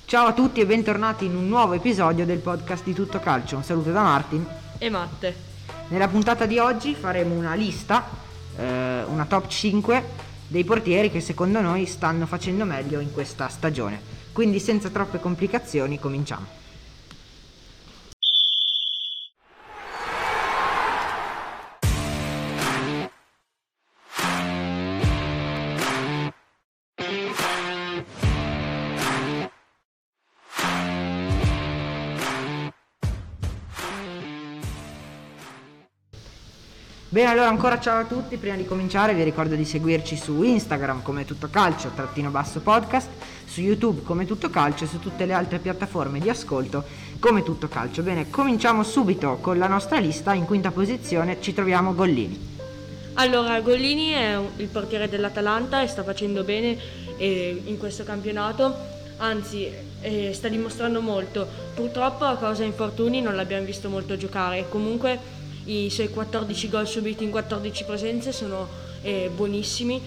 Ciao a tutti e bentornati in un nuovo episodio del podcast di Tutto Calcio. Un saluto da Martin e Matte. Nella puntata di oggi faremo una lista, una top 5 dei portieri che secondo noi stanno facendo meglio in questa stagione. Quindi senza troppe complicazioni cominciamo. Bene, allora ancora ciao a tutti. Prima di cominciare vi ricordo di seguirci su Instagram come tuttocalcio _podcast, su YouTube come Tutto Calcio e su tutte le altre piattaforme di ascolto come Tutto Calcio. Bene, cominciamo subito con la nostra lista. In quinta posizione ci troviamo Gollini. Allora, Gollini è il portiere dell'Atalanta e sta facendo bene in questo campionato, anzi sta dimostrando molto. Purtroppo a causa di infortuni non l'abbiamo visto molto giocare. Comunque i suoi 14 gol subiti in 14 presenze sono buonissimi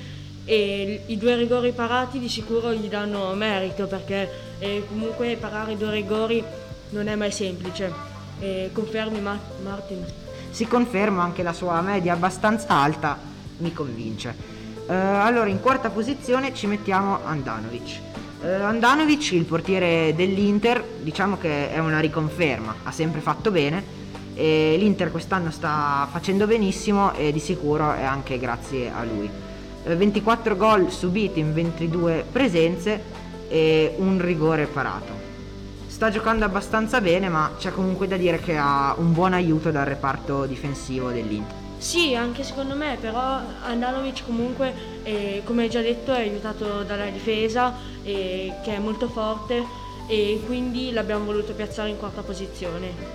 e i 2 rigori parati di sicuro gli danno merito, perché comunque parare 2 rigori non è mai semplice. Confermi Martin? Si conferma, anche la sua media abbastanza alta mi convince. Allora in quarta posizione ci mettiamo Handanovic. Handanovic, il portiere dell'Inter, diciamo che è una riconferma, ha sempre fatto bene. E l'Inter quest'anno sta facendo benissimo e di sicuro è anche grazie a lui. 24 gol subiti in 22 presenze e un rigore parato. Sta giocando abbastanza bene, ma c'è comunque da dire che ha un buon aiuto dal reparto difensivo dell'Inter. Sì, anche secondo me, però Handanovic comunque, come già detto, è aiutato dalla difesa che è molto forte, e quindi l'abbiamo voluto piazzare in quarta posizione.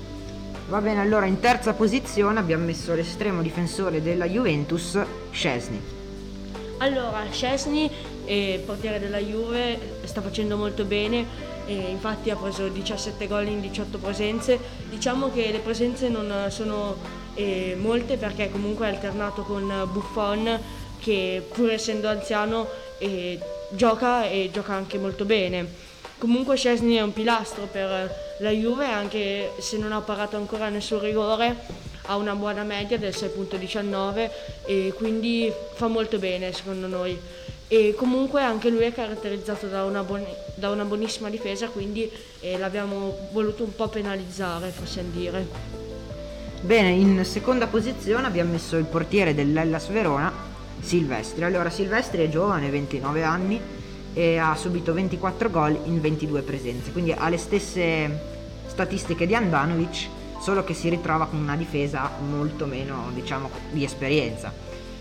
Va bene, allora in terza posizione abbiamo messo l'estremo difensore della Juventus, Szczęsny. Allora, Szczęsny, portiere della Juve, sta facendo molto bene, infatti ha preso 17 gol in 18 presenze. Diciamo che le presenze non sono molte, perché comunque è alternato con Buffon, che pur essendo anziano gioca anche molto bene. Comunque Szczęsny è un pilastro per la Juve, anche se non ha parato ancora nessun rigore, ha una buona media del 6,19 e quindi fa molto bene secondo noi. E comunque anche lui è caratterizzato da una buonissima difesa, quindi l'abbiamo voluto un po' penalizzare, possiamo dire. Bene, in seconda posizione abbiamo messo il portiere dell'Hellas Verona, Silvestri. Allora, Silvestri è giovane, 29 anni, e ha subito 24 gol in 22 presenze, quindi ha le stesse statistiche di Handanovic, solo che si ritrova con una difesa molto meno, diciamo, di esperienza.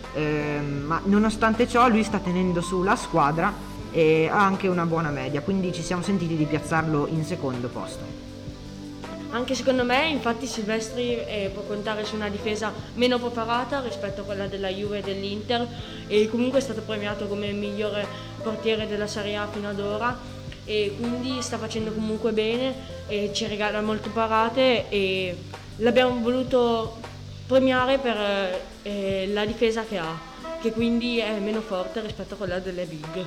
Ma nonostante ciò lui sta tenendo su la squadra e ha anche una buona media, quindi ci siamo sentiti di piazzarlo in secondo posto. Anche secondo me, infatti, Silvestri può contare su una difesa meno preparata rispetto a quella della Juve e dell'Inter, e comunque è stato premiato come il migliore portiere della Serie A fino ad ora, e quindi sta facendo comunque bene e ci regala molte parate, e l'abbiamo voluto premiare per la difesa che ha, che quindi è meno forte rispetto a quella delle big.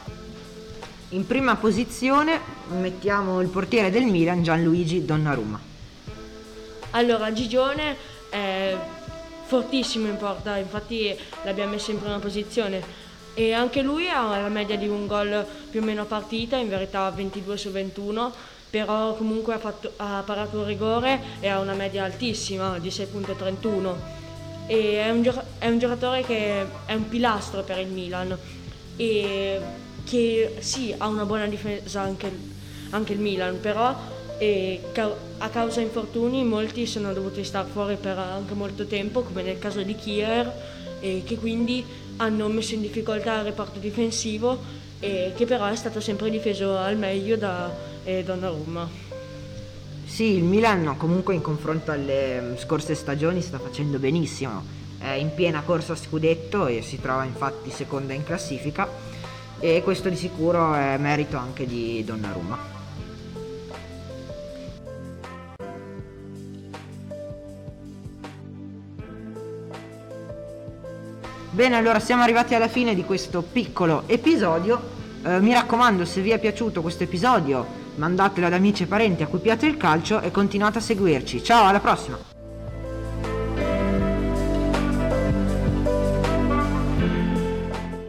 In prima posizione mettiamo il portiere del Milan, Gianluigi Donnarumma. Allora, Gigione è fortissimo in porta, infatti l'abbiamo messo in prima posizione, e anche lui ha la media di un gol più o meno a partita, in verità 22 su 21, però comunque ha parato un rigore e ha una media altissima di 6,31, e è un giocatore che è un pilastro per il Milan, e che sì, ha una buona difesa anche il Milan, però a causa infortuni molti sono dovuti stare fuori per anche molto tempo, come nel caso di Kier, che quindi hanno messo in difficoltà il reparto difensivo, che però è stato sempre difeso al meglio da Donnarumma. Sì, il Milan comunque in confronto alle scorse stagioni sta facendo benissimo, è in piena corsa a scudetto e si trova infatti seconda in classifica, e questo di sicuro è merito anche di Donnarumma. Bene, allora siamo arrivati alla fine di questo piccolo episodio Mi raccomando, se vi è piaciuto questo episodio, mandatelo ad amici e parenti a cui piace il calcio e continuate a seguirci. Ciao, alla prossima!